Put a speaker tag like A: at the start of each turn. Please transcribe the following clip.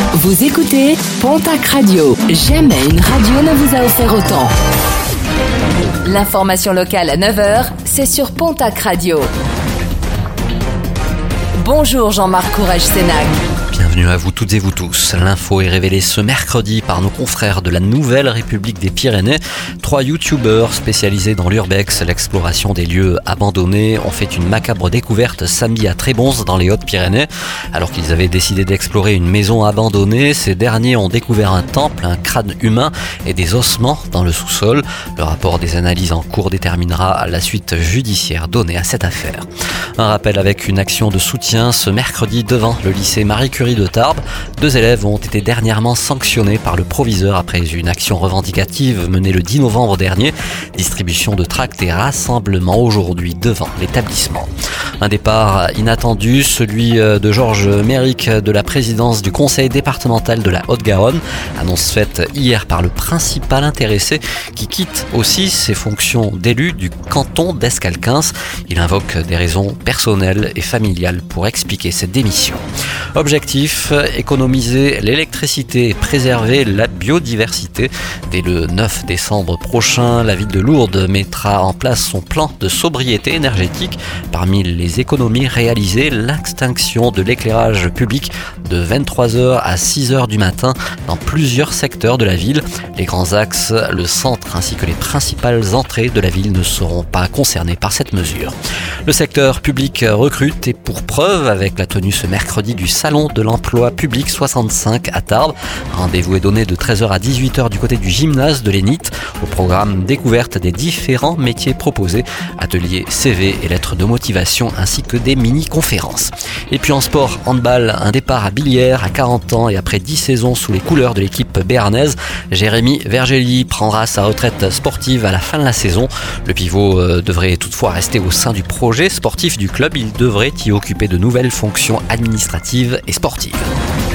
A: Vous écoutez Pontac Radio. Jamais une radio ne vous a offert autant. L'information locale à 9h, c'est sur Pontac Radio. Bonjour Jean-Marc Courage-Sénac.
B: Bienvenue à vous toutes et vous tous. L'info est révélée ce mercredi par nos confrères de la Nouvelle République des Pyrénées. 3 youtubeurs spécialisés dans l'urbex, l'exploration des lieux abandonnés, ont fait une macabre découverte samedi à Trébons dans les Hautes-Pyrénées. Alors qu'ils avaient décidé d'explorer une maison abandonnée, ces derniers ont découvert un temple, un crâne humain et des ossements dans le sous-sol. Le rapport des analyses en cours déterminera la suite judiciaire donnée à cette affaire. Un rappel avec une action de soutien ce mercredi devant le lycée Marie Curie de Tarbes. 2 élèves ont été dernièrement sanctionnés par le proviseur après une action revendicative menée le 10 novembre dernier. Distribution de tracts et rassemblement aujourd'hui devant l'établissement. Un départ inattendu, celui de Georges Méric de la présidence du conseil départemental de la Haute-Garonne. Annonce faite hier par le principal intéressé qui quitte aussi ses fonctions d'élu du canton d'Escalquins. Il invoque des raisons personnelles et familiales pour expliquer cette démission. Objectif, économiser l'électricité et préserver la biodiversité. Dès le 9 décembre prochain, la ville de Lourdes mettra en place son plan de sobriété énergétique. Parmi les économies réalisées, l'extinction de l'éclairage public de 23h à 6h du matin dans plusieurs secteurs de la ville. Les grands axes, le centre ainsi que les principales entrées de la ville ne seront pas concernés par cette mesure. Le secteur public recrute et pour preuve avec la tenue ce mercredi du Salon de l'emploi public 65 à Tarbes. Rendez-vous est donné de 13h à 18h du côté du gymnase de l'Énith. Au programme découverte des différents métiers proposés, ateliers CV et lettres de motivation ainsi que des mini-conférences. Et puis en sport, handball, un départ à Billières à 40 ans et après 10 saisons sous les couleurs de l'équipe béarnaise, Jérémy Vergely prendra sa retraite sportive à la fin de la saison. Le pivot devrait toutefois rester au sein du projet sportif du club. Il devrait y occuper de nouvelles fonctions administratives et sportives.